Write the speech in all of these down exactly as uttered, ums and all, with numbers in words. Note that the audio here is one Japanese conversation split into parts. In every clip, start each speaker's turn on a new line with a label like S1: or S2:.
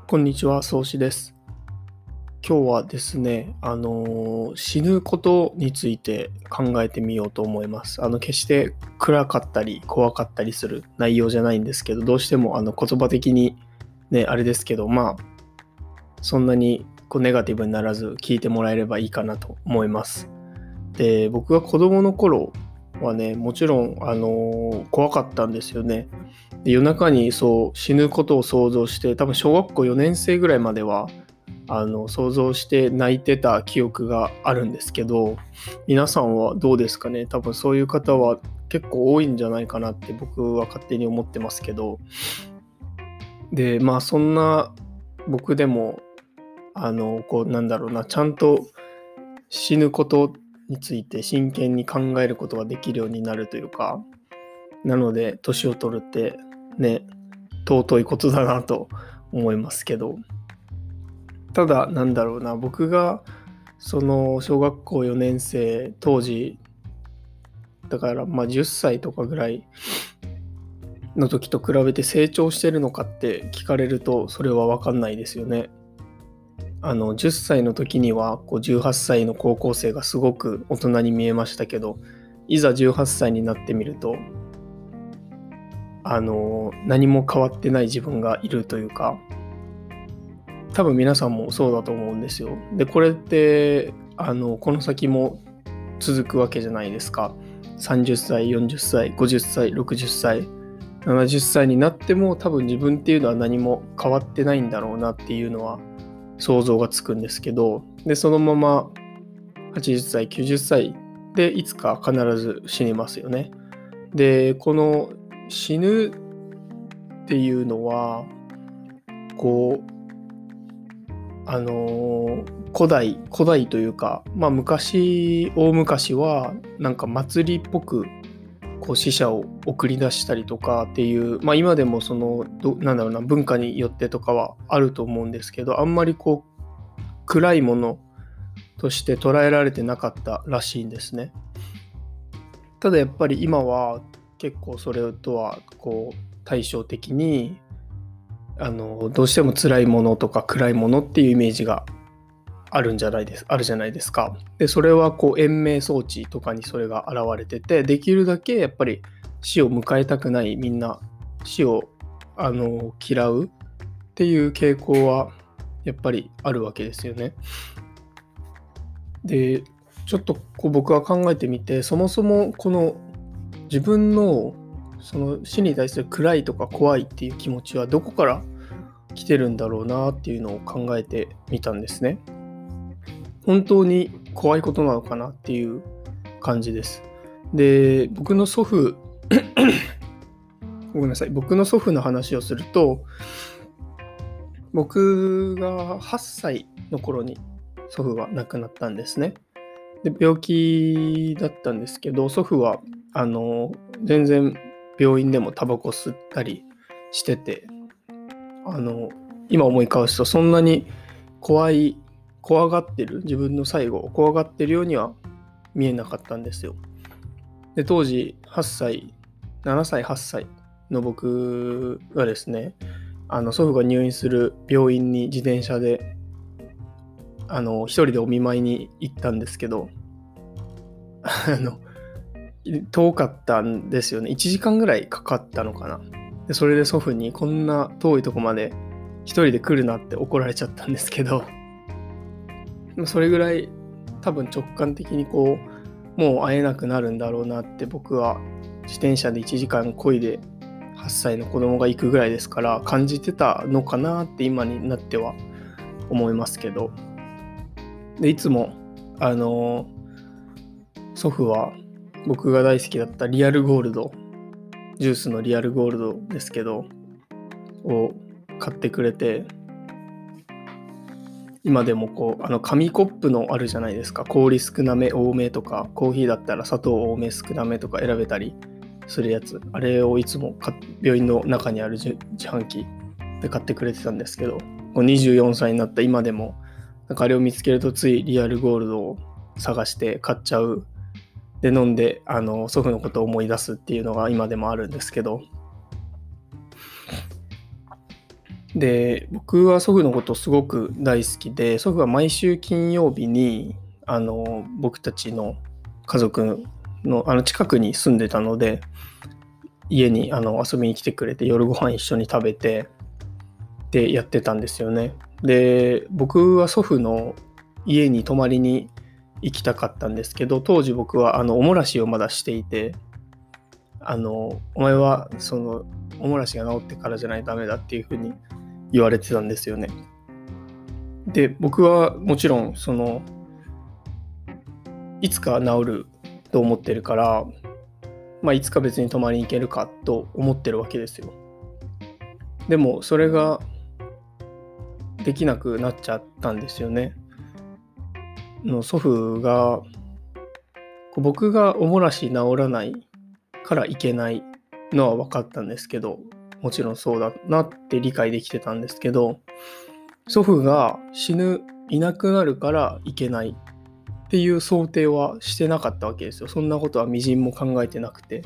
S1: こんにちは、そうしです。今日はですね、あのー死ぬことについて考えてみようと思います。あの、決して暗かったり怖かったりする内容じゃないんですけど、どうしてもあの言葉的にね、あれですけど、まあ、そんなにこうネガティブにならず聞いてもらえればいいかなと思います。で、僕が子供の頃はね、もちろん、あのー怖かったんですよね。で、夜中にそう死ぬことを想像して、多分小学校よねん生ぐらいまでは、あの想像して泣いてた記憶があるんですけど、皆さんはどうですかね。多分そういう方は結構多いんじゃないかなって僕は勝手に思ってますけど、でまあそんな僕でもあのこうなんだろうな、ちゃんと死ぬことについて真剣に考えることができるようになるというか、なので年を取るってね、尊いことだなと思いますけど、ただなんだろうな、僕がその小学校よねん生当時だからまあじゅっさいとかぐらいの時と比べて成長してるのかって聞かれると、それは分かんないですよね。あのじゅっさいの時にはこうじゅうはっさいの高校生がすごく大人に見えましたけど、いざじゅうはっさいになってみると、あの何も変わってない自分がいるというか、多分皆さんもそうだと思うんですよ。でこれってあのこの先も続くわけじゃないですか。さんじゅっさい、よんじゅっさい、ごじゅっさい、ろくじゅっさい、ななじゅっさいになっても多分自分っていうのは何も変わってないんだろうなっていうのは想像がつくんですけど、でそのままはちじゅっさい、きゅうじゅっさいでいつか必ず死にますよね。でこの死ぬっていうのはこうあのー古代古代というか、まあ昔大昔はなんか祭りっぽくこう死者を送り出したりとかっていう、まあ今でもそのどなんだろうな、文化によってとかはあると思うんですけど、あんまりこう暗いものとして捉えられてなかったらしいんですね。ただやっぱり今は結構それとはこう対照的に、あのどうしても辛いものとか暗いものっていうイメージがあるんじゃないです、あるじゃないですか。で、それはこう延命装置とかにそれが現れてて、できるだけやっぱり死を迎えたくない、みんな死をあの嫌うっていう傾向はやっぱりあるわけですよね。で、ちょっとこう僕は考えてみて、そもそもこの自分のその死に対する暗いとか怖いっていう気持ちはどこから来てるんだろうなっていうのを考えてみたんですね。本当に怖いことなのかなっていう感じです。で、僕の祖父ごめんなさい、僕の祖父の話をすると、僕がはっさいの頃に祖父は亡くなったんですね。で、病気だったんですけど、祖父はあの全然病院でもタバコ吸ったりしてて、あの今思い返すとそんなに怖い怖がってる、自分の最後を怖がってるようには見えなかったんですよ。で当時はっさいななさいはっさいの僕がですね、あの祖父が入院する病院に自転車であの一人でお見舞いに行ったんですけど、あの遠かったんですよね。いちじかんぐらいかかったのかな。でそれで祖父にこんな遠いとこまで一人で来るなって怒られちゃったんですけど、それぐらい多分直感的にこうもう会えなくなるんだろうなって、僕は自転車でいちじかん漕いではっさいの子供が行くぐらいですから感じてたのかなって今になっては思いますけど、でいつもあの祖父は僕が大好きだったリアルゴールド、ジュースのリアルゴールドですけどを買ってくれて、今でもこうあの紙コップのあるじゃないですか、氷少なめ多めとか、コーヒーだったら砂糖多め少なめとか選べたりするやつ、あれをいつも病院の中にある自販機で買ってくれてたんですけど、にじゅうよんさいになった今でもなんかあれを見つけるとついリアルゴールドを探して買っちゃう、で飲んであの祖父のことを思い出すっていうのが今でもあるんですけど、 で、僕は祖父のことすごく大好きで、祖父は毎週金曜日にあの僕たちの家族のあの近くに住んでたので、家にあの遊びに来てくれて、夜ご飯一緒に食べてでやってたんですよね。で、僕は祖父の家に泊まりに行きたかったんですけど、当時僕はあのおもらしをまだしていて、あのお前はそのおもらしが治ってからじゃないとダメだっていう風に言われてたんですよね。で、僕はもちろんそのいつか治ると思ってるから、まあ、いつか別に泊まりに行けるかと思ってるわけですよ。でもそれができなくなっちゃったんですよね。の祖父が僕がおもらし治らないから行けないのは分かったんですけど、もちろんそうだなって理解できてたんですけど、祖父が死ぬ、いなくなるから行けないっていう想定はしてなかったわけですよ。そんなことはみじんも考えてなくて。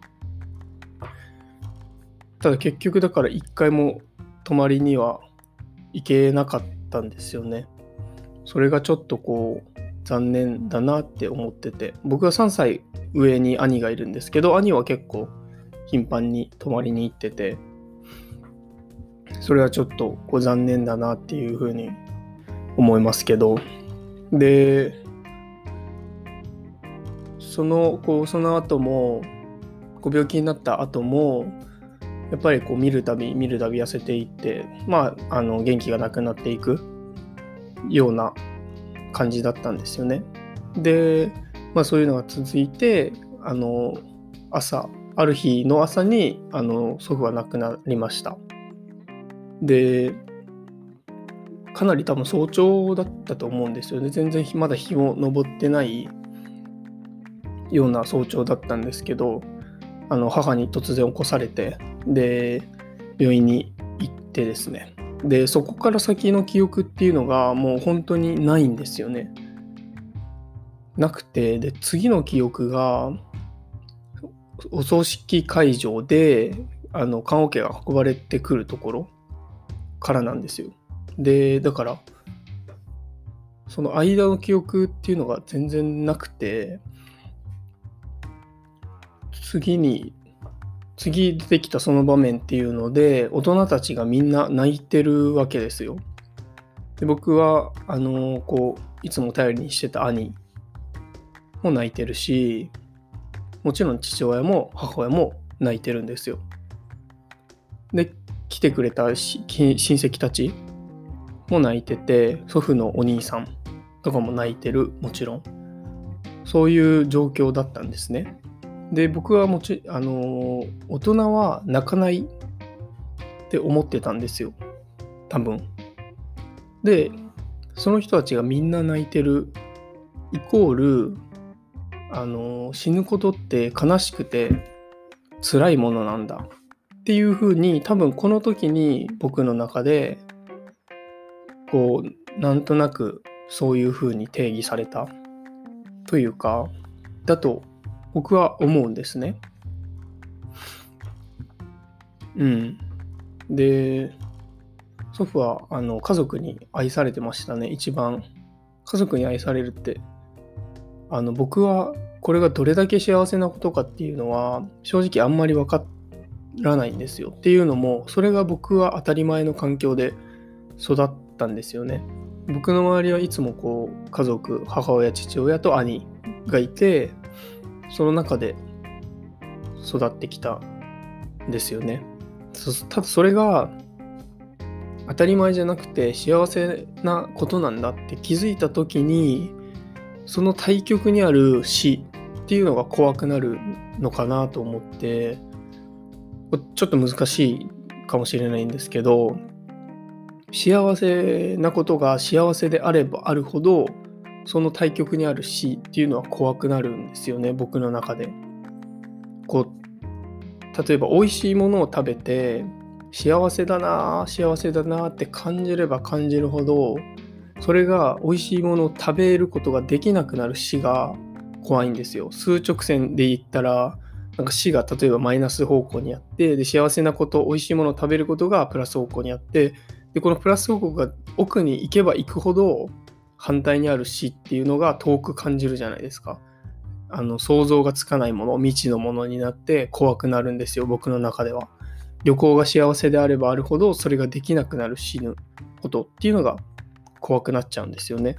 S1: ただ結局だから一回も泊まりには行けなかったんですよね。それがちょっとこう残念だなって思ってて、僕はさんさい上に兄がいるんですけど、兄は結構頻繁に泊まりに行ってて、それはちょっとこう残念だなっていうふうに思いますけど、でそのこうその後もこう病気になった後もやっぱりこう見るたび見るたび痩せていって、まああの元気がなくなっていくような感じだったんですよね。で、まあそういうのが続いて、あの朝ある日の朝にあの祖父は亡くなりました。で、かなり多分早朝だったと思うんですよね。全然まだ日も昇ってないような早朝だったんですけど、あの母に突然起こされて、で病院に行ってですね、でそこから先の記憶っていうのがもう本当にないんですよね。なくて、で次の記憶がお葬式会場であの棺桶が運ばれてくるところからなんですよ。でだからその間の記憶っていうのが全然なくて、次に次出てきたその場面っていうので大人たちがみんな泣いてるわけですよ。で僕はあのこういつも頼りにしてた兄も泣いてるし、もちろん父親も母親も泣いてるんですよ。で来てくれたし親戚たちも泣いてて、祖父のお兄さんとかも泣いてる、もちろんそういう状況だったんですね。で僕はもちあの大人は泣かないって思ってたんですよ、多分。でその人たちがみんな泣いてるイコールあの死ぬことって悲しくて辛いものなんだっていう風に、多分この時に僕の中でこうなんとなくそういう風に定義されたというかだと僕は思うんですね。うん。で祖父はあの家族に愛されてましたね。一番家族に愛されるって、あの僕はこれがどれだけ幸せなことかっていうのは正直あんまり分からないんですよ。っていうのも、それが僕は当たり前の環境で育ったんですよね。僕の周りはいつもこう家族、母親、父親と兄がいて、その中で育ってきたんですよね。ただそれが当たり前じゃなくて幸せなことなんだって気づいた時に、その対極にある死っていうのが怖くなるのかなと思って、ちょっと難しいかもしれないんですけど、幸せなことが幸せであればあるほどその対極にある死っていうのは怖くなるんですよね、僕の中で。こう例えば美味しいものを食べて幸せだな幸せだなって感じれば感じるほど、それが美味しいものを食べることができなくなる死が怖いんですよ。数直線で言ったらなんか死が例えばマイナス方向にあって、で幸せなこと、美味しいものを食べることがプラス方向にあって、でこのプラス方向が奥に行けば行くほど反対にある死っていうのが遠く感じるじゃないですか。あの想像がつかないもの、未知のものになって怖くなるんですよ、僕の中では。旅行が幸せであればあるほど、それができなくなる、死ぬことっていうのが怖くなっちゃうんですよね。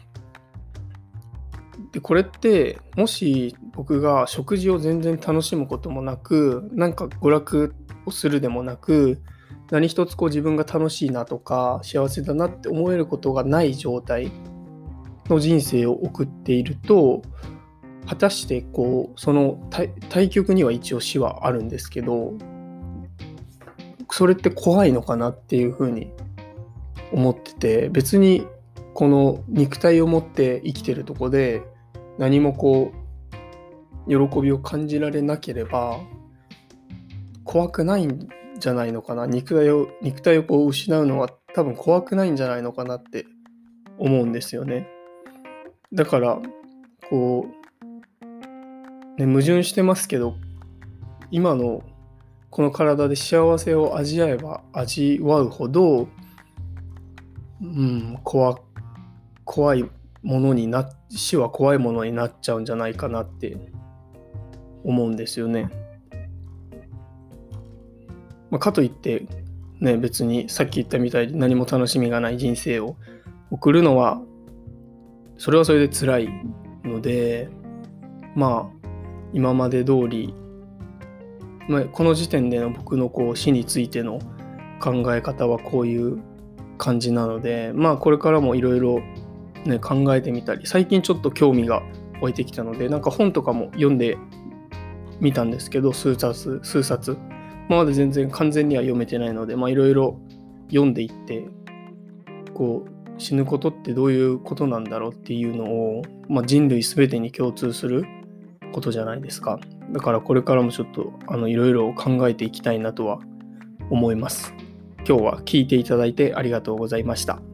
S1: でこれってもし僕が食事を全然楽しむこともなく、なんか娯楽をするでもなく、何一つこう自分が楽しいなとか幸せだなって思えることがない状態の人生を送っていると、果たしてこうその 対, 対極には一応死はあるんですけど、それって怖いのかなっていうふうに思ってて、別にこの肉体を持って生きてるとこで何もこう喜びを感じられなければ怖くないんじゃないのかな。肉体を肉体をこう失うのは多分怖くないんじゃないのかなって思うんですよね。だからこう、ね、矛盾してますけど、今のこの体で幸せを味わえば味わうほど、うん、怖怖いものにな死は怖いものになっちゃうんじゃないかなって思うんですよね。まあ、かといってね、別にさっき言ったみたいに何も楽しみがない人生を送るのはそれはそれで辛いので、まあ今まで通り、まあ、この時点での僕のこう死についての考え方はこういう感じなので、まあこれからもいろいろね考えてみたり、最近ちょっと興味が湧いてきたので、なんか本とかも読んでみたんですけど、数冊数冊、まあ、まだ全然完全には読めてないので、まあいろいろ読んでいって、こう死ぬことってどういうことなんだろうっていうのを、まあ、人類すべてに共通することじゃないですか。だからこれからもちょっとあのいろいろ考えていきたいなとは思います。今日は聞いていただいてありがとうございました。